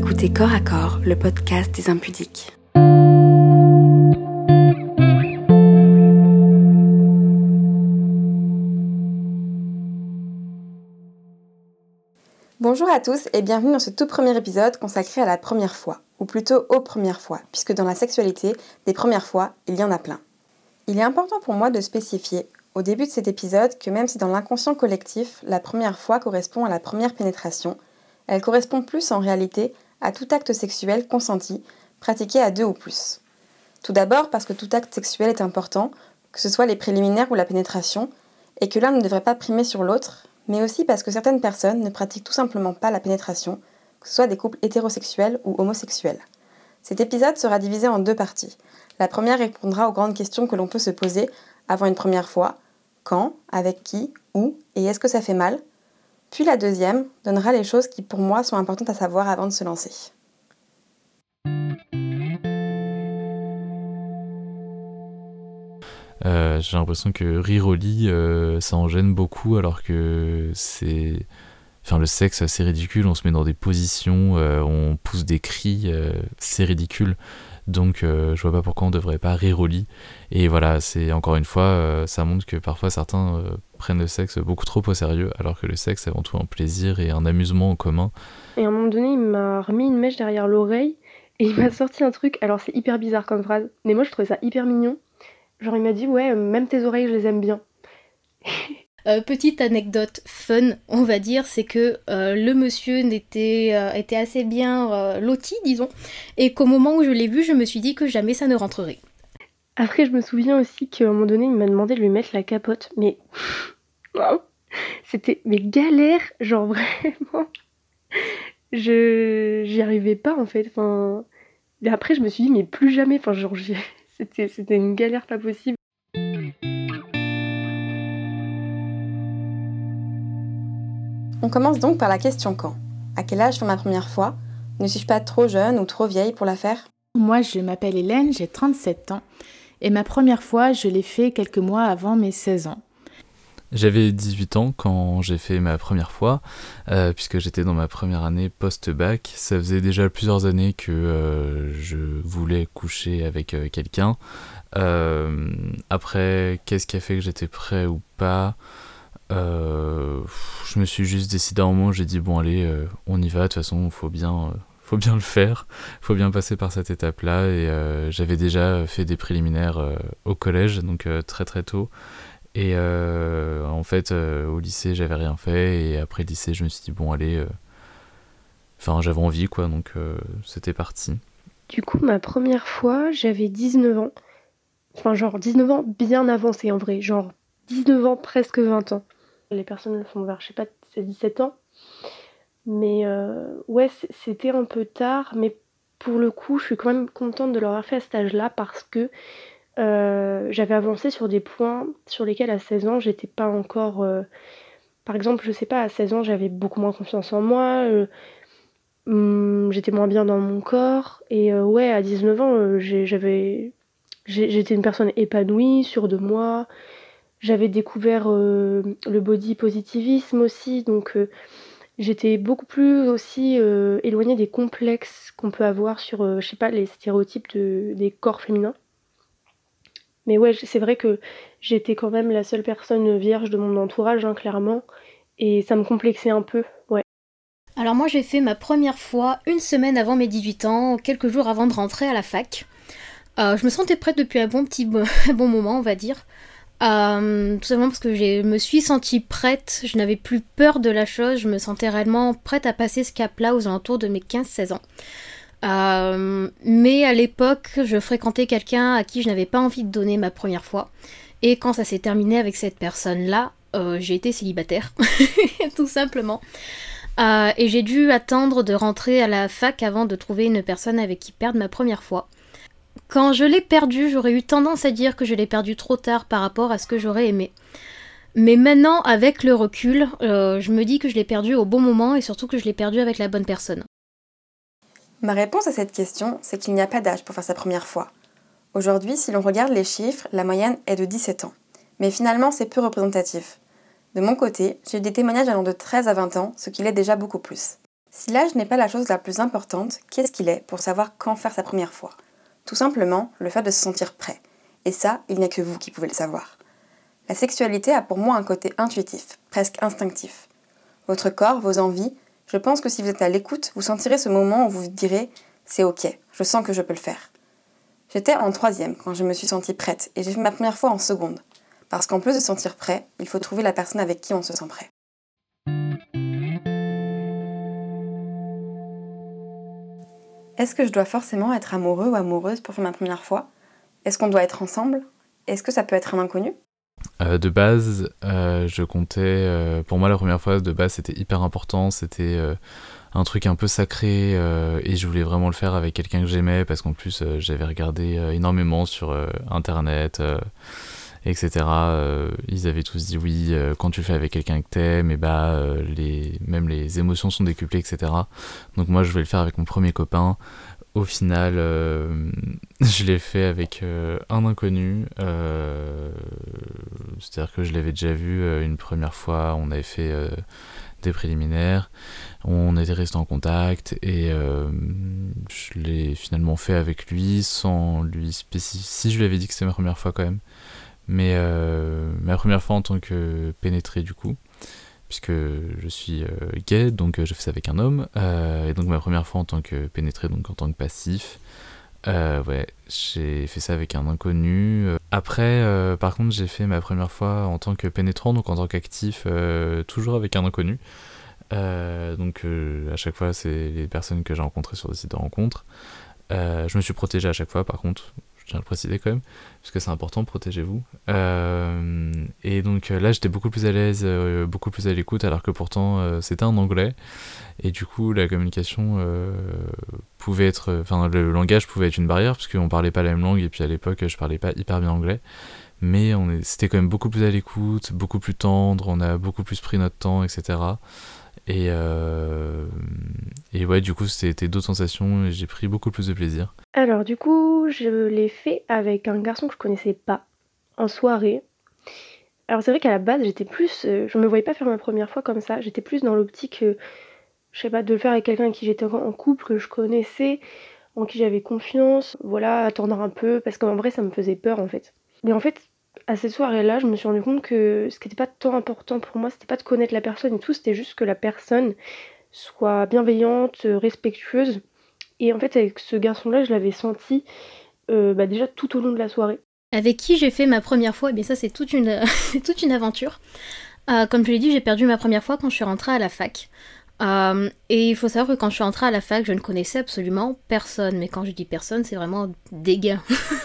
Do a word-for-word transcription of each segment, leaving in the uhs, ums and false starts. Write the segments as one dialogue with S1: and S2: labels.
S1: écoutez Corps à Corps, le podcast des impudiques. Bonjour à tous et bienvenue dans ce tout premier épisode consacré à la première fois, ou plutôt aux premières fois, puisque dans la sexualité, des premières fois, il y en a plein. Il est important pour moi de spécifier, au début de cet épisode, que même si dans l'inconscient collectif, la première fois correspond à la première pénétration, elle correspond plus en réalité à tout acte sexuel consenti, pratiqué à deux ou plus. Tout d'abord parce que tout acte sexuel est important, que ce soit les préliminaires ou la pénétration, et que l'un ne devrait pas primer sur l'autre, mais aussi parce que certaines personnes ne pratiquent tout simplement pas la pénétration, que ce soit des couples hétérosexuels ou homosexuels. Cet épisode sera divisé en deux parties. La première répondra aux grandes questions que l'on peut se poser avant une première fois, quand, avec qui, où et est-ce que ça fait mal ? Puis la deuxième donnera les choses qui pour moi sont importantes à savoir avant de se lancer.
S2: Euh, j'ai l'impression que rire au lit, euh, ça en gêne beaucoup, alors que c'est... Enfin, le sexe, c'est ridicule, on se met dans des positions, euh, on pousse des cris, euh, c'est ridicule. Donc, euh, je vois pas pourquoi on devrait pas rire au lit. Et voilà, c'est encore une fois, euh, ça montre que parfois certains euh, prennent le sexe beaucoup trop au sérieux, alors que le sexe, c'est avant tout un plaisir et un amusement en commun.
S3: Et à un moment donné, il m'a remis une mèche derrière l'oreille et il m'a sorti un truc. Alors, c'est hyper bizarre comme phrase, mais moi, je trouvais ça hyper mignon. Genre, il m'a dit, ouais, même tes oreilles, je les aime bien.
S4: Euh, petite anecdote fun, on va dire, c'est que euh, le monsieur n'était, euh, était assez bien euh, loti, disons, et qu'au moment où je l'ai vu, je me suis dit que jamais ça ne rentrerait.
S3: Après, je me souviens aussi qu'à un moment donné, il m'a demandé de lui mettre la capote, mais c'était mais galère, genre vraiment, je j'y arrivais pas en fait. Enfin, et après, je me suis dit, mais plus jamais. Enfin, genre, j'y... c'était c'était une galère pas possible.
S1: On commence donc par la question quand. À quel âge faire ma première fois ? Ne suis-je pas trop jeune ou trop vieille pour la faire ?
S5: Moi, je m'appelle Hélène, j'ai trente-sept ans. Et ma première fois, je l'ai fait quelques mois avant mes seize ans.
S2: J'avais dix-huit ans quand j'ai fait ma première fois, euh, puisque j'étais dans ma première année post-bac. Ça faisait déjà plusieurs années que euh, je voulais coucher avec euh, quelqu'un. Euh, après, qu'est-ce qui a fait que j'étais prêt ou pas ? Euh, je me suis juste décidé à un moment, j'ai dit bon allez, euh, on y va, de toute façon, faut bien, euh, faut bien le faire, faut bien passer par cette étape-là, et euh, j'avais déjà fait des préliminaires euh, au collège, donc euh, très très tôt, et euh, en fait euh, au lycée j'avais rien fait, et après le lycée je me suis dit bon allez, euh, enfin j'avais envie quoi, donc euh, c'était parti.
S3: Du coup, ma première fois, j'avais dix-neuf ans. Enfin, genre dix-neuf ans bien avancé en vrai, genre dix-neuf ans, presque vingt ans. Les personnes le font vers, je sais pas, c'est dix-sept ans. Mais euh, ouais, c'était un peu tard, mais pour le coup, je suis quand même contente de l'avoir fait à cet âge-là parce que euh, j'avais avancé sur des points sur lesquels à seize ans, j'étais pas encore... Euh... Par exemple, je sais pas, à seize ans, j'avais beaucoup moins confiance en moi, euh, hum, j'étais moins bien dans mon corps. Et euh, ouais, à dix-neuf ans, euh, j'ai, j'avais... J'ai, j'étais une personne épanouie, sûre de moi. J'avais découvert euh, le body positivisme aussi, donc euh, j'étais beaucoup plus aussi euh, éloignée des complexes qu'on peut avoir sur, euh, je sais pas, les stéréotypes de, des corps féminins. Mais ouais, c'est vrai que j'étais quand même la seule personne vierge de mon entourage, hein, clairement, et ça me complexait un peu, ouais.
S4: Alors moi j'ai fait ma première fois une semaine avant mes dix-huit ans, quelques jours avant de rentrer à la fac. Euh, je me sentais prête depuis un bon petit bon, bon moment, on va dire. Euh, tout simplement parce que je me suis sentie prête, je n'avais plus peur de la chose, je me sentais réellement prête à passer ce cap-là aux alentours de mes quinze seize ans. Euh, mais à l'époque, je fréquentais quelqu'un à qui je n'avais pas envie de donner ma première fois. Et quand ça s'est terminé avec cette personne-là, euh, j'ai été célibataire, tout simplement. Euh, et j'ai dû attendre de rentrer à la fac avant de trouver une personne avec qui perdre ma première fois. Quand je l'ai perdu, j'aurais eu tendance à dire que je l'ai perdu trop tard par rapport à ce que j'aurais aimé. Mais maintenant, avec le recul, euh, je me dis que je l'ai perdu au bon moment et surtout que je l'ai perdu avec la bonne personne.
S1: Ma réponse à cette question, c'est qu'il n'y a pas d'âge pour faire sa première fois. Aujourd'hui, si l'on regarde les chiffres, la moyenne est de dix-sept ans. Mais finalement, c'est peu représentatif. De mon côté, j'ai eu des témoignages allant de treize à vingt ans, ce qui l'est déjà beaucoup plus. Si l'âge n'est pas la chose la plus importante, qu'est-ce qu'il est pour savoir quand faire sa première fois ? Tout simplement, le fait de se sentir prêt. Et ça, il n'y a que vous qui pouvez le savoir. La sexualité a pour moi un côté intuitif, presque instinctif. Votre corps, vos envies, je pense que si vous êtes à l'écoute, vous sentirez ce moment où vous vous direz « c'est ok, je sens que je peux le faire ». J'étais en troisième quand je me suis sentie prête et j'ai fait ma première fois en seconde. Parce qu'en plus de se sentir prêt, il faut trouver la personne avec qui on se sent prêt. Est-ce que je dois forcément être amoureux ou amoureuse pour faire ma première fois ? Est-ce qu'on doit être ensemble ? Est-ce que ça peut être un inconnu ?
S2: Euh, de base, euh, je comptais... Euh, pour moi, la première fois, de base, c'était hyper important. C'était euh, un truc un peu sacré. Euh, et je voulais vraiment le faire avec quelqu'un que j'aimais. Parce qu'en plus, euh, j'avais regardé euh, énormément sur euh, Internet, euh, et cetera. Euh, ils avaient tous dit oui, euh, quand tu le fais avec quelqu'un que t'aimes, et bah, euh, les, même les émotions sont décuplées, et cetera. Donc moi, je voulais le faire avec mon premier copain. Au final, euh, je l'ai fait avec euh, un inconnu, euh, c'est-à-dire que je l'avais déjà vu euh, une première fois, on avait fait euh, des préliminaires, on était restés en contact et euh, je l'ai finalement fait avec lui sans lui spécifier, si je lui avais dit que c'était ma première fois quand même, mais euh, ma première fois en tant que pénétré du coup. Puisque je suis euh, gay, donc euh, je fais ça avec un homme, euh, et donc ma première fois en tant que pénétré, donc en tant que passif, euh, ouais, j'ai fait ça avec un inconnu. Après, euh, par contre, j'ai fait ma première fois en tant que pénétrant, donc en tant qu'actif, euh, toujours avec un inconnu. Euh, donc euh, à chaque fois, c'est les personnes que j'ai rencontrées sur des sites de rencontres. Euh, je me suis protégé à chaque fois, par contre. Je tiens à le préciser quand même, parce que c'est important, protégez-vous. Euh, et donc là, j'étais beaucoup plus à l'aise, euh, beaucoup plus à l'écoute, alors que pourtant, euh, c'était en anglais. Et du coup, la communication euh, pouvait être... Enfin, le langage pouvait être une barrière, parce qu'on parlait pas la même langue, et puis à l'époque, je parlais pas hyper bien anglais. Mais on est, c'était quand même beaucoup plus à l'écoute, beaucoup plus tendre, on a beaucoup plus pris notre temps, et cetera. Et, euh, et ouais, du coup, c'était d'autres sensations et j'ai pris beaucoup plus de plaisir.
S3: Alors du coup, je l'ai fait avec un garçon que je connaissais pas, en soirée. Alors c'est vrai qu'à la base, j'étais plus... euh, je me voyais pas faire ma première fois comme ça, j'étais plus dans l'optique, euh, je sais pas, de le faire avec quelqu'un avec qui j'étais en couple, que je connaissais, en qui j'avais confiance, voilà, attendre un peu, parce qu'en vrai, ça me faisait peur en fait. Mais en fait, à cette soirée-là, je me suis rendu compte que ce qui n'était pas tant important pour moi, c'était pas de connaître la personne et tout, c'était juste que la personne soit bienveillante, euh, respectueuse. Et en fait, avec ce garçon-là, je l'avais senti euh, bah, déjà tout au long de la soirée.
S4: Avec qui j'ai fait ma première fois, et bien ça c'est toute une, c'est toute une aventure. Euh, comme je l'ai dit, j'ai perdu ma première fois quand je suis rentrée à la fac. Euh, et il faut savoir que quand je suis rentrée à la fac, je ne connaissais absolument personne. Mais quand je dis personne, c'est vraiment des gars.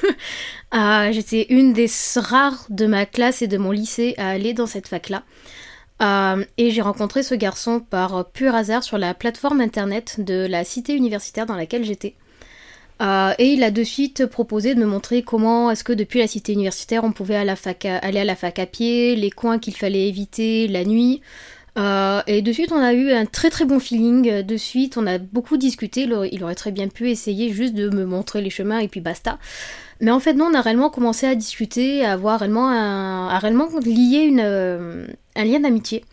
S4: euh, j'étais une des rares de ma classe et de mon lycée à aller dans cette fac-là. Euh, et j'ai rencontré ce garçon par pur hasard sur la plateforme internet de la cité universitaire dans laquelle j'étais. Euh, et il a de suite proposé de me montrer comment est-ce que depuis la cité universitaire on pouvait à la fac à, aller à la fac à pied, les coins qu'il fallait éviter la nuit. Euh, et de suite on a eu un très très bon feeling, de suite on a beaucoup discuté, il aurait, il aurait très bien pu essayer juste de me montrer les chemins et puis basta. Mais en fait non, on a réellement commencé à discuter, à avoir réellement un, à réellement lier une, euh, un lien d'amitié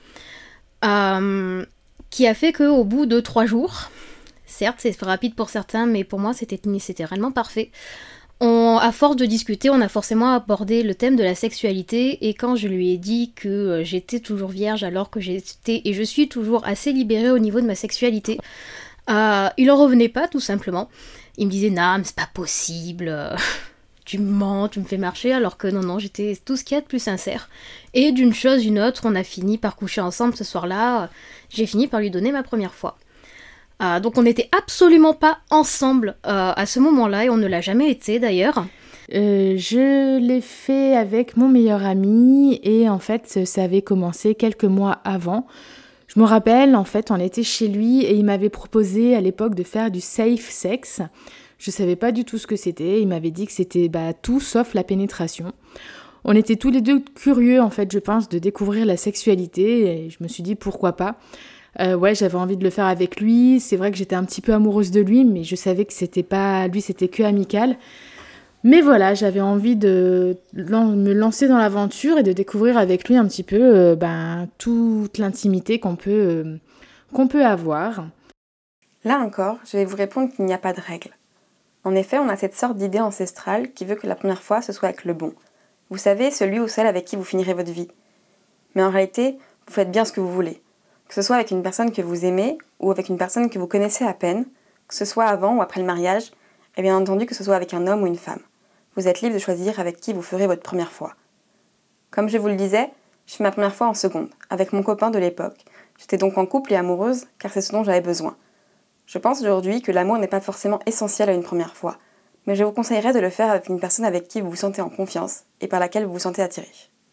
S4: euh, qui a fait qu'au bout de trois jours, certes c'est rapide pour certains mais pour moi c'était, c'était réellement parfait. On, à force de discuter, on a forcément abordé le thème de la sexualité et quand je lui ai dit que j'étais toujours vierge alors que j'étais et je suis toujours assez libérée au niveau de ma sexualité, euh, il en revenait pas tout simplement. Il me disait non mais c'est pas possible, tu me mens, tu me fais marcher, alors que non non j'étais tout ce qu'il y a de plus sincère. Et d'une chose une autre, on a fini par coucher ensemble ce soir-là, j'ai fini par lui donner ma première fois. Euh, donc on n'était absolument pas ensemble euh, à ce moment-là et on ne l'a jamais été d'ailleurs.
S5: Euh, je l'ai fait avec mon meilleur ami et en fait ça avait commencé quelques mois avant. Je me rappelle, en fait on était chez lui et il m'avait proposé à l'époque de faire du safe sex. Je savais pas du tout ce que c'était, il m'avait dit que c'était bah, tout sauf la pénétration. On était tous les deux curieux en fait je pense de découvrir la sexualité et je me suis dit pourquoi pas. Euh, ouais, j'avais envie de le faire avec lui. C'est vrai que j'étais un petit peu amoureuse de lui, mais je savais que c'était pas lui, c'était que amical. Mais voilà, j'avais envie de me lancer dans l'aventure et de découvrir avec lui un petit peu euh, ben, toute l'intimité qu'on peut, euh, qu'on peut avoir.
S1: Là encore, je vais vous répondre qu'il n'y a pas de règle. En effet, on a cette sorte d'idée ancestrale qui veut que la première fois ce soit avec le bon. Vous savez, celui ou celle avec qui vous finirez votre vie. Mais en réalité, vous faites bien ce que vous voulez. Que ce soit avec une personne que vous aimez ou avec une personne que vous connaissez à peine, que ce soit avant ou après le mariage, et bien entendu que ce soit avec un homme ou une femme. Vous êtes libre de choisir avec qui vous ferez votre première fois. Comme je vous le disais, je fais ma première fois en seconde, avec mon copain de l'époque. J'étais donc en couple et amoureuse, car c'est ce dont j'avais besoin. Je pense aujourd'hui que l'amour n'est pas forcément essentiel à une première fois, mais je vous conseillerais de le faire avec une personne avec qui vous vous sentez en confiance et par laquelle vous vous sentez attiré.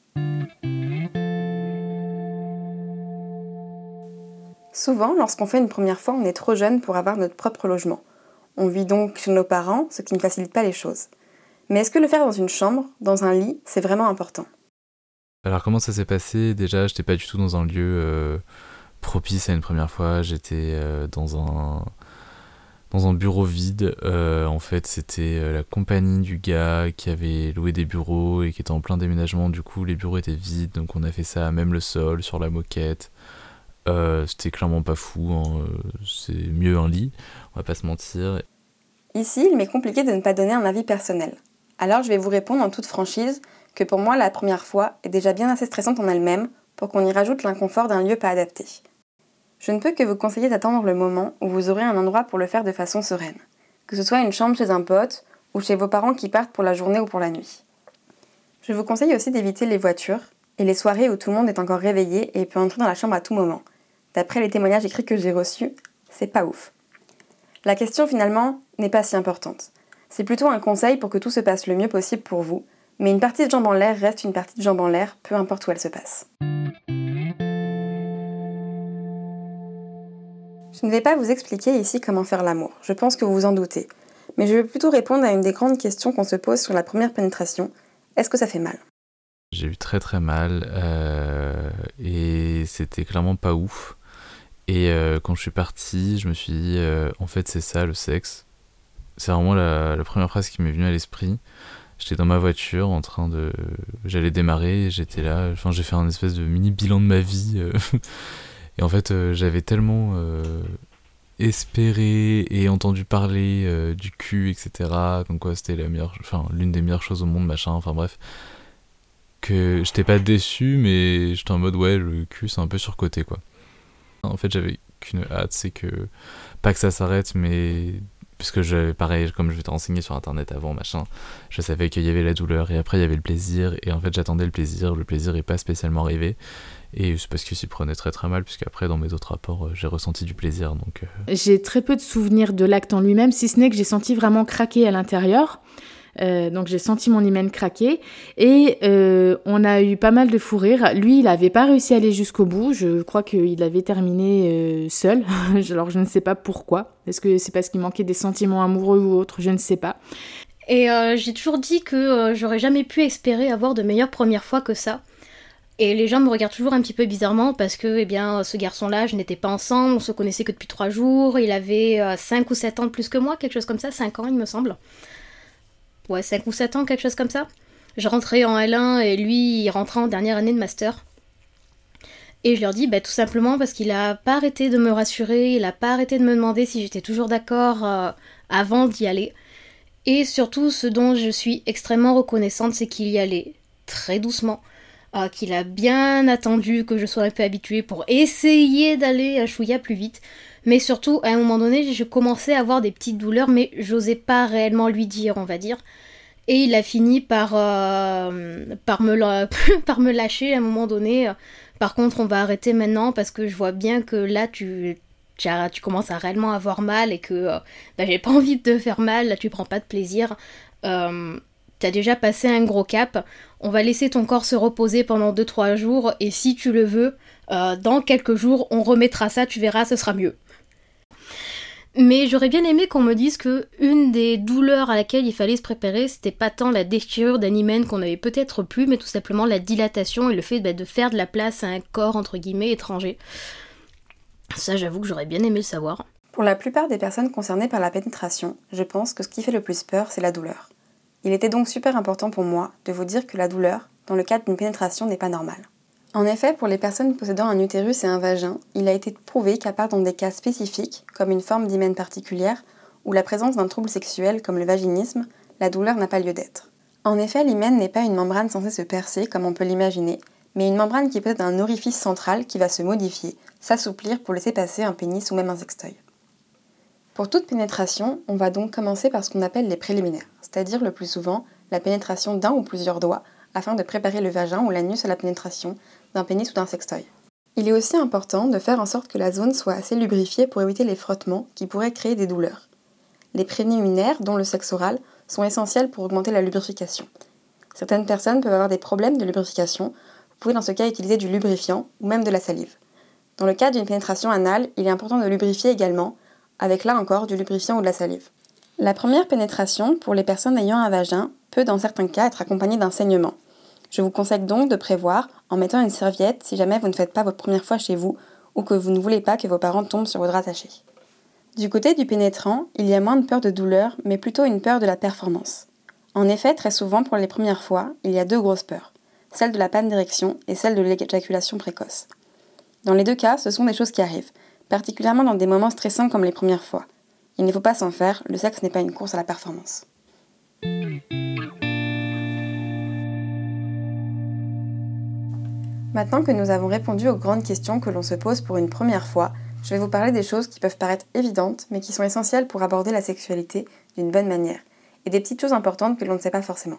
S1: Souvent, lorsqu'on fait une première fois, on est trop jeune pour avoir notre propre logement. On vit donc chez nos parents, ce qui ne facilite pas les choses. Mais est-ce que le faire dans une chambre, dans un lit, c'est vraiment important ?
S2: Alors comment ça s'est passé ? Déjà, j'étais pas du tout dans un lieu euh, propice à une première fois. J'étais euh, dans un dans un bureau vide. Euh, en fait, c'était euh, la compagnie du gars qui avait loué des bureaux et qui était en plein déménagement. Du coup, les bureaux étaient vides, donc on a fait ça à même le sol, sur la moquette. Euh, c'était clairement pas fou, hein. C'est mieux un lit, on va pas se mentir.
S1: Ici, il m'est compliqué de ne pas donner un avis personnel. Alors je vais vous répondre en toute franchise que pour moi la première fois est déjà bien assez stressante en elle-même pour qu'on y rajoute l'inconfort d'un lieu pas adapté. Je ne peux que vous conseiller d'attendre le moment où vous aurez un endroit pour le faire de façon sereine. Que ce soit une chambre chez un pote ou chez vos parents qui partent pour la journée ou pour la nuit. Je vous conseille aussi d'éviter les voitures et les soirées où tout le monde est encore réveillé et peut entrer dans la chambre à tout moment. D'après les témoignages écrits que j'ai reçus, c'est pas ouf. La question finalement n'est pas si importante. C'est plutôt un conseil pour que tout se passe le mieux possible pour vous, mais une partie de jambes en l'air reste une partie de jambes en l'air, peu importe où elle se passe. Je ne vais pas vous expliquer ici comment faire l'amour, je pense que vous vous en doutez, mais je vais plutôt répondre à une des grandes questions qu'on se pose sur la première pénétration. Est-ce que ça fait mal ?
S2: J'ai eu très très mal, euh, et c'était clairement pas ouf. Et euh, quand je suis parti, je me suis dit, euh, en fait c'est ça le sexe. C'est vraiment la, la première phrase qui m'est venue à l'esprit. J'étais dans ma voiture en train de... J'allais démarrer, j'étais là, enfin j'ai fait un espèce de mini bilan de ma vie. Euh, et en fait euh, j'avais tellement euh, espéré et entendu parler euh, du cul, et cetera. Comme quoi c'était la meilleure, enfin l'une des meilleures choses au monde, machin, enfin bref. Que j'étais pas déçu, mais j'étais en mode ouais, le cul c'est un peu surcoté quoi. En fait, j'avais qu'une hâte, c'est que, pas que ça s'arrête, mais, puisque j'avais, pareil, comme je m'étais renseigné sur internet avant, machin, je savais qu'il y avait la douleur, et après il y avait le plaisir, et en fait j'attendais le plaisir, le plaisir est pas spécialement arrivé, et c'est parce qu'il s'y prenait très très mal, puisqu'après dans mes autres rapports, j'ai ressenti du plaisir, donc... Euh...
S5: J'ai très peu de souvenirs de l'acte en lui-même, si ce n'est que j'ai senti vraiment craquer à l'intérieur. Euh, donc j'ai senti mon hymen craquer et euh, on a eu pas mal de fou rire. Lui, il avait pas réussi à aller jusqu'au bout. Je crois qu'il avait terminé euh, seul. Alors je ne sais pas pourquoi. Est-ce que c'est parce qu'il manquait des sentiments amoureux ou autre ? Je ne sais pas.
S4: Et euh, j'ai toujours dit que euh, j'aurais jamais pu espérer avoir de meilleures premières fois que ça. Et les gens me regardent toujours un petit peu bizarrement parce que eh bien, ce garçon-là, je n'étais pas ensemble, on se connaissait que depuis trois jours, il avait euh, cinq ou sept ans de plus que moi, quelque chose comme ça, cinq ans il me semble. Ouais, cinq ou sept ans, quelque chose comme ça. Je rentrais en L un et lui, il rentrait en dernière année de master. Et je leur dis, bah, tout simplement parce qu'il a pas arrêté de me rassurer, il a pas arrêté de me demander si j'étais toujours d'accord euh, avant d'y aller. Et surtout, ce dont je suis extrêmement reconnaissante, c'est qu'il y allait très doucement, euh, qu'il a bien attendu que je sois un peu habituée pour essayer d'aller à chouïa plus vite. Mais surtout, à un moment donné, je commençais à avoir des petites douleurs, mais j'osais pas réellement lui dire, on va dire. Et il a fini par, euh, par, me, la... par me lâcher à un moment donné. Par contre, on va arrêter maintenant parce que je vois bien que là, tu, tu, as, tu commences à réellement avoir mal et que euh, bah, j'ai pas envie de te faire mal, là tu prends pas de plaisir. Euh, t'as déjà passé un gros cap. On va laisser ton corps se reposer pendant deux trois jours et si tu le veux, euh, dans quelques jours, on remettra ça, tu verras, ce sera mieux. Mais j'aurais bien aimé qu'on me dise que une des douleurs à laquelle il fallait se préparer, c'était pas tant la déchirure d'un hymen qu'on avait peut-être plus, mais tout simplement la dilatation et le fait bah, de faire de la place à un corps entre guillemets étranger. Ça, j'avoue que j'aurais bien aimé le savoir.
S1: Pour la plupart des personnes concernées par la pénétration, je pense que ce qui fait le plus peur, c'est la douleur. Il était donc super important pour moi de vous dire que la douleur, dans le cadre d'une pénétration, n'est pas normale. En effet, pour les personnes possédant un utérus et un vagin, il a été prouvé qu'à part dans des cas spécifiques, comme une forme d'hymen particulière, ou la présence d'un trouble sexuel comme le vaginisme, la douleur n'a pas lieu d'être. En effet, l'hymen n'est pas une membrane censée se percer comme on peut l'imaginer, mais une membrane qui possède un orifice central qui va se modifier, s'assouplir pour laisser passer un pénis ou même un sextoy. Pour toute pénétration, on va donc commencer par ce qu'on appelle les préliminaires, c'est-à-dire le plus souvent la pénétration d'un ou plusieurs doigts afin de préparer le vagin ou l'anus à la pénétration d'un pénis ou d'un sextoy. Il est aussi important de faire en sorte que la zone soit assez lubrifiée pour éviter les frottements qui pourraient créer des douleurs. Les préliminaires, dont le sexe oral, sont essentiels pour augmenter la lubrification. Certaines personnes peuvent avoir des problèmes de lubrification, vous pouvez dans ce cas utiliser du lubrifiant ou même de la salive. Dans le cas d'une pénétration anale, il est important de lubrifier également, avec là encore du lubrifiant ou de la salive. La première pénétration, pour les personnes ayant un vagin, peut dans certains cas être accompagnée d'un saignement. Je vous conseille donc de prévoir en mettant une serviette si jamais vous ne faites pas votre première fois chez vous ou que vous ne voulez pas que vos parents tombent sur vos draps attachés. Du côté du pénétrant, il y a moins de peur de douleur, mais plutôt une peur de la performance. En effet, très souvent pour les premières fois, il y a deux grosses peurs, celle de la panne d'érection et celle de l'éjaculation précoce. Dans les deux cas, ce sont des choses qui arrivent, particulièrement dans des moments stressants comme les premières fois. Il ne faut pas s'en faire, le sexe n'est pas une course à la performance. Maintenant que nous avons répondu aux grandes questions que l'on se pose pour une première fois, je vais vous parler des choses qui peuvent paraître évidentes, mais qui sont essentielles pour aborder la sexualité d'une bonne manière, et des petites choses importantes que l'on ne sait pas forcément.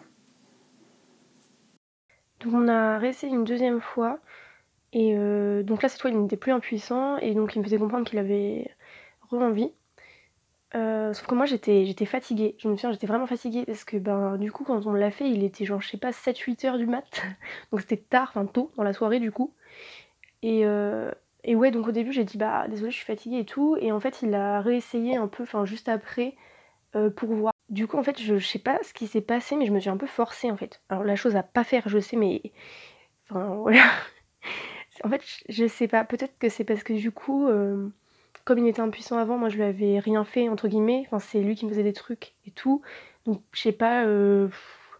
S3: Donc on a réessayé une deuxième fois, et euh, donc là cette fois il n'était plus impuissant, et donc il me faisait comprendre qu'il avait re-envie. Euh, sauf que moi j'étais, j'étais fatiguée, je me souviens j'étais vraiment fatiguée, parce que ben du coup quand on l'a fait il était genre je sais pas sept huit heures du mat, donc c'était tard, enfin tôt dans la soirée du coup. Et, euh, et ouais donc au début j'ai dit bah désolée je suis fatiguée et tout, et en fait il a réessayé un peu, enfin juste après, euh, pour voir. Du coup en fait je, je sais pas ce qui s'est passé, mais je me suis un peu forcée en fait. Alors la chose à pas faire je sais, mais enfin voilà. En fait je sais pas, peut-être que c'est parce que du coup... Euh, comme il était impuissant avant, moi je lui avais rien fait entre guillemets, enfin c'est lui qui me faisait des trucs et tout, donc je sais pas, euh...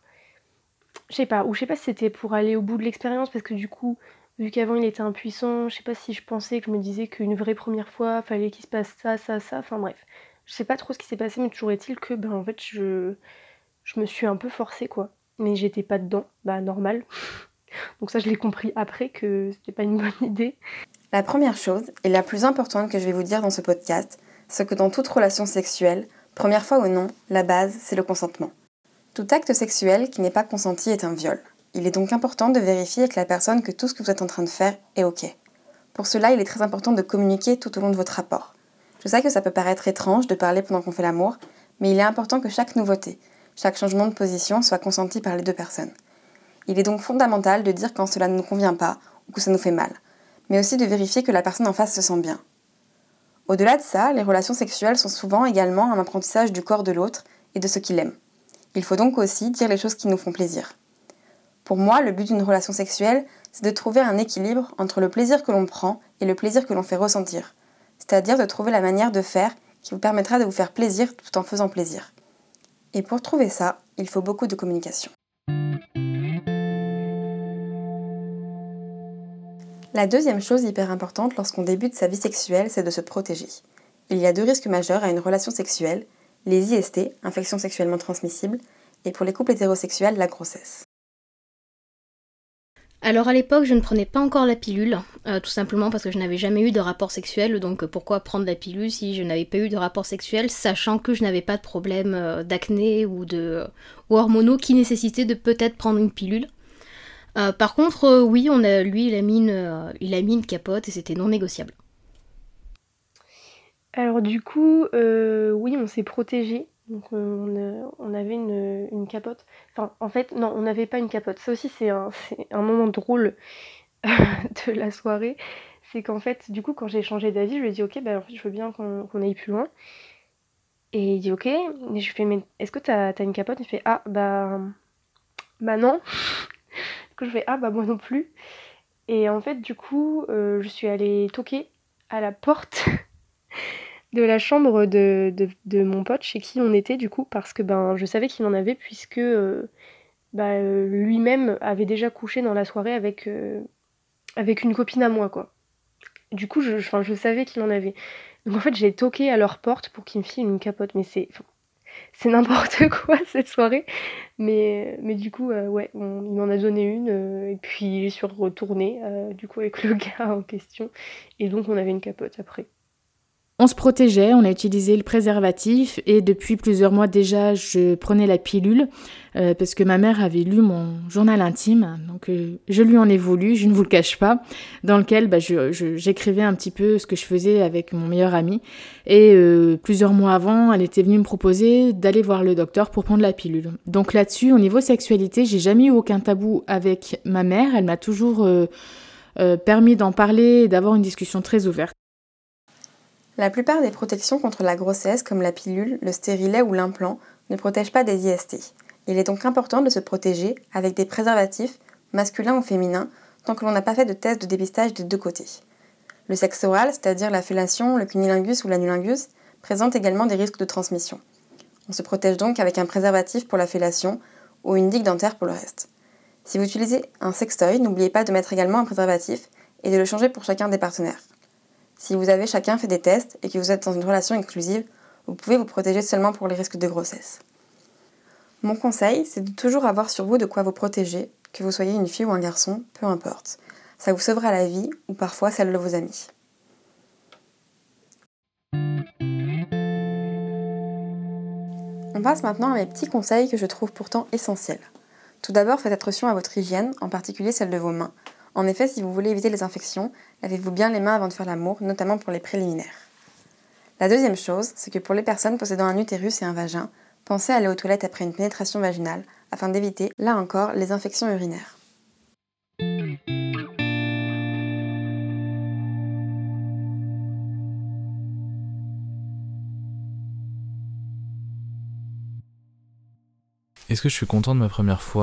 S3: je sais pas, ou je sais pas si c'était pour aller au bout de l'expérience, parce que du coup, vu qu'avant il était impuissant, je sais pas si je pensais que je me disais qu'une vraie première fois, fallait qu'il se passe ça, ça, ça, enfin bref, je sais pas trop ce qui s'est passé, mais toujours est-il que, ben en fait je, je me suis un peu forcée quoi, mais j'étais pas dedans, bah normal, donc ça je l'ai compris après que c'était pas une bonne idée.
S1: La première chose, et la plus importante que je vais vous dire dans ce podcast, c'est que dans toute relation sexuelle, première fois ou non, la base, c'est le consentement. Tout acte sexuel qui n'est pas consenti est un viol. Il est donc important de vérifier avec la personne que tout ce que vous êtes en train de faire est ok. Pour cela, il est très important de communiquer tout au long de votre rapport. Je sais que ça peut paraître étrange de parler pendant qu'on fait l'amour, mais il est important que chaque nouveauté, chaque changement de position soit consenti par les deux personnes. Il est donc fondamental de dire quand cela ne nous convient pas ou que ça nous fait mal, mais aussi de vérifier que la personne en face se sent bien. Au-delà de ça, les relations sexuelles sont souvent également un apprentissage du corps de l'autre et de ce qu'il aime. Il faut donc aussi dire les choses qui nous font plaisir. Pour moi, le but d'une relation sexuelle, c'est de trouver un équilibre entre le plaisir que l'on prend et le plaisir que l'on fait ressentir, c'est-à-dire de trouver la manière de faire qui vous permettra de vous faire plaisir tout en faisant plaisir. Et pour trouver ça, il faut beaucoup de communication. La deuxième chose hyper importante lorsqu'on débute sa vie sexuelle, c'est de se protéger. Il y a deux risques majeurs à une relation sexuelle, les I S T, infections sexuellement transmissibles, et pour les couples hétérosexuels, la grossesse.
S4: Alors à l'époque, je ne prenais pas encore la pilule, euh, tout simplement parce que je n'avais jamais eu de rapport sexuel, donc euh, pourquoi prendre la pilule si je n'avais pas eu de rapport sexuel, sachant que je n'avais pas de problème euh, d'acné ou, de, ou hormonaux qui nécessitaient de peut-être prendre une pilule. Euh, par contre, euh, oui, on a, lui, il a, mis une, euh, il a mis une capote et c'était non négociable.
S3: Alors du coup, euh, oui, on s'est protégé. Donc euh, on, a, on avait une, une capote. Enfin, en fait, non, on n'avait pas une capote. Ça aussi, c'est un, c'est un moment drôle de la soirée. C'est qu'en fait, du coup, quand j'ai changé d'avis, je lui ai dit, ok, bah, en fait, je veux bien qu'on, qu'on aille plus loin. Et il dit, ok. Et je lui fais, mais est-ce que t'as, t'as une capote? Il fait, ah, bah, bah non. Du coup, je fais, ah, bah moi non plus. Et en fait, du coup, euh, je suis allée toquer à la porte de la chambre de, de, de mon pote chez qui on était, du coup, parce que ben, je savais qu'il en avait, puisque euh, bah, euh, lui-même avait déjà couché dans la soirée avec, euh, avec une copine à moi, quoi. Du coup, je, enfin, je savais qu'il en avait. Donc en fait, j'ai toqué à leur porte pour qu'ils me filent une capote. Mais c'est, enfin, c'est n'importe quoi cette soirée. Mais, mais du coup, euh, ouais, on- il m'en a donné une. Euh, et puis j'y suis retournée, euh, du coup, avec le gars en question. Et donc, on avait une capote après.
S5: On se protégeait, on a utilisé le préservatif et depuis plusieurs mois déjà, je prenais la pilule euh, parce que ma mère avait lu mon journal intime, donc euh, je lui en ai voulu, je ne vous le cache pas, dans lequel bah, je, je, j'écrivais un petit peu ce que je faisais avec mon meilleur ami. Et euh, plusieurs mois avant, elle était venue me proposer d'aller voir le docteur pour prendre la pilule. Donc là-dessus, au niveau sexualité, j'ai jamais eu aucun tabou avec ma mère, elle m'a toujours euh, euh, permis d'en parler et d'avoir une discussion très ouverte.
S1: La plupart des protections contre la grossesse, comme la pilule, le stérilet ou l'implant, ne protègent pas des I S T. Il est donc important de se protéger avec des préservatifs, masculins ou féminins, tant que l'on n'a pas fait de test de dépistage des deux côtés. Le sexe oral, c'est-à-dire la fellation, le cunnilingus ou l'anulingus, présente également des risques de transmission. On se protège donc avec un préservatif pour la fellation ou une digue dentaire pour le reste. Si vous utilisez un sextoy, n'oubliez pas de mettre également un préservatif et de le changer pour chacun des partenaires. Si vous avez chacun fait des tests et que vous êtes dans une relation exclusive, vous pouvez vous protéger seulement pour les risques de grossesse. Mon conseil, c'est de toujours avoir sur vous de quoi vous protéger, que vous soyez une fille ou un garçon, peu importe. Ça vous sauvera la vie ou parfois celle de vos amis. On passe maintenant à mes petits conseils que je trouve pourtant essentiels. Tout d'abord, faites attention à votre hygiène, en particulier celle de vos mains. En effet, si vous voulez éviter les infections, lavez-vous bien les mains avant de faire l'amour, notamment pour les préliminaires. La deuxième chose, c'est que pour les personnes possédant un utérus et un vagin, pensez à aller aux toilettes après une pénétration vaginale, afin d'éviter, là encore, les infections urinaires.
S2: Est-ce que je suis content de ma première fois ?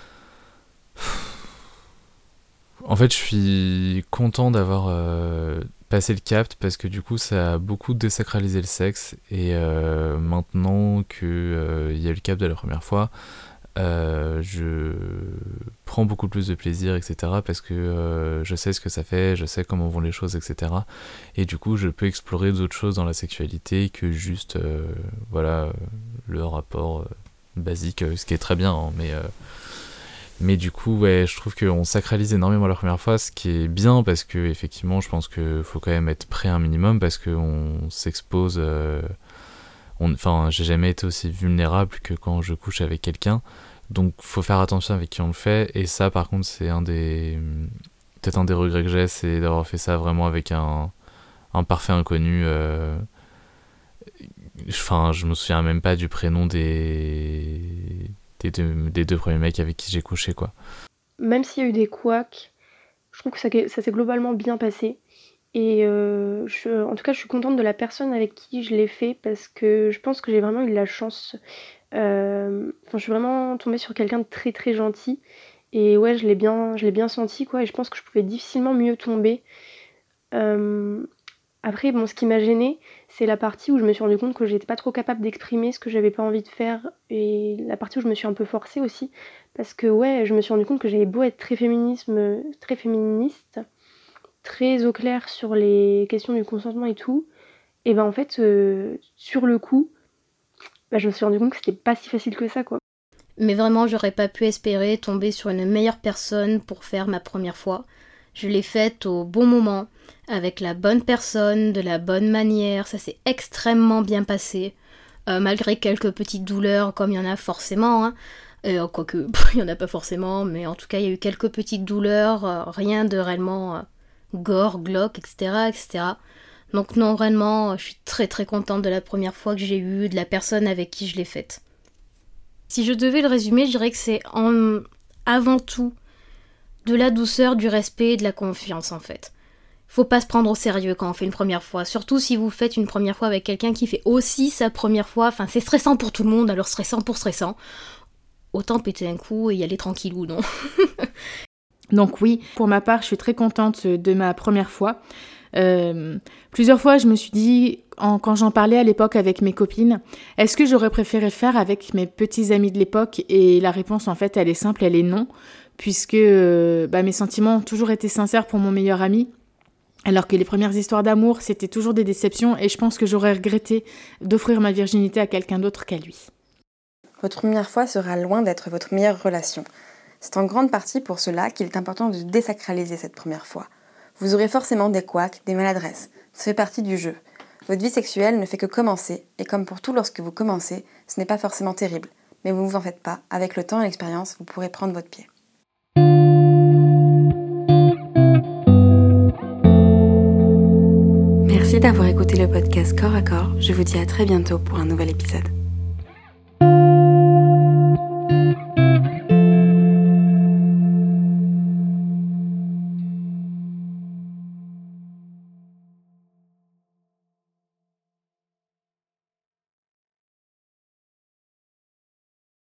S2: En fait, je suis content d'avoir euh, passé le cap parce que du coup, ça a beaucoup désacralisé le sexe. Et euh, maintenant qu'il euh, y a eu le cap de la première fois, euh, je prends beaucoup plus de plaisir, et cetera. Parce que euh, je sais ce que ça fait, je sais comment vont les choses, et cetera. Et du coup, je peux explorer d'autres choses dans la sexualité que juste euh, voilà, le rapport euh, basique, ce qui est très bien, hein, mais... Euh, Mais du coup, ouais, je trouve qu'on sacralise énormément la première fois, ce qui est bien parce que, effectivement, je pense qu'il faut quand même être prêt un minimum parce qu'on s'expose. Euh, on, enfin, j'ai jamais été aussi vulnérable que quand je couche avec quelqu'un. Donc, faut faire attention avec qui on le fait. Et ça, par contre, c'est un des. Peut-être un des regrets que j'ai, c'est d'avoir fait ça vraiment avec un, un parfait inconnu. Euh, Enfin, je me souviens même pas du prénom des. Des deux, des deux premiers mecs avec qui j'ai couché, quoi.
S3: Même s'il y a eu des couacs, je trouve que ça, ça s'est globalement bien passé. Et euh, je, en tout cas, je suis contente de la personne avec qui je l'ai fait parce que je pense que j'ai vraiment eu de la chance. Euh, enfin, je suis vraiment tombée sur quelqu'un de très très gentil. Et ouais, je l'ai bien, je l'ai bien senti, quoi. Et je pense que je pouvais difficilement mieux tomber. Euh, Après, bon, ce qui m'a gênée, c'est la partie où je me suis rendu compte que j'étais pas trop capable d'exprimer ce que j'avais pas envie de faire et la partie où je me suis un peu forcée aussi parce que ouais, je me suis rendu compte que j'avais beau être très féminisme, très féministe, très au clair sur les questions du consentement et tout, et ben en fait, euh, sur le coup, bah, je me suis rendu compte que c'était pas si facile que ça, quoi.
S4: Mais vraiment, j'aurais pas pu espérer tomber sur une meilleure personne pour faire ma première fois. Je l'ai faite au bon moment, avec la bonne personne, de la bonne manière, ça s'est extrêmement bien passé, euh, malgré quelques petites douleurs, comme il y en a forcément, hein. Euh, quoique, il y en a pas forcément, mais en tout cas, il y a eu quelques petites douleurs, euh, rien de réellement euh, gore, glauque, et cetera, et cetera. Donc non, vraiment, je suis très très contente de la première fois que j'ai eue, de la personne avec qui je l'ai faite. Si je devais le résumer, je dirais que c'est en... avant tout de la douceur, du respect et de la confiance, en fait. Faut pas se prendre au sérieux quand on fait une première fois, surtout si vous faites une première fois avec quelqu'un qui fait aussi sa première fois. Enfin, c'est stressant pour tout le monde, alors stressant pour stressant. Autant péter un coup et y aller tranquillou, non?
S5: Donc oui, pour ma part, je suis très contente de ma première fois. Euh, plusieurs fois, je me suis dit, en, quand j'en parlais à l'époque avec mes copines, est-ce que j'aurais préféré faire avec mes petits amis de l'époque? Et la réponse, en fait, elle est simple, elle est non. puisque euh, bah, mes sentiments ont toujours été sincères pour mon meilleur ami, alors que les premières histoires d'amour, c'était toujours des déceptions, et je pense que j'aurais regretté d'offrir ma virginité à quelqu'un d'autre qu'à lui.
S1: Votre première fois sera loin d'être votre meilleure relation. C'est en grande partie pour cela qu'il est important de désacraliser cette première fois. Vous aurez forcément des couacs, des maladresses. Ça fait partie du jeu. Votre vie sexuelle ne fait que commencer, et comme pour tout lorsque vous commencez, ce n'est pas forcément terrible. Mais vous ne vous en faites pas, avec le temps et l'expérience, vous pourrez prendre votre pied. Merci d'avoir écouté le podcast Corps à Corps. Je vous dis à très bientôt pour un nouvel épisode.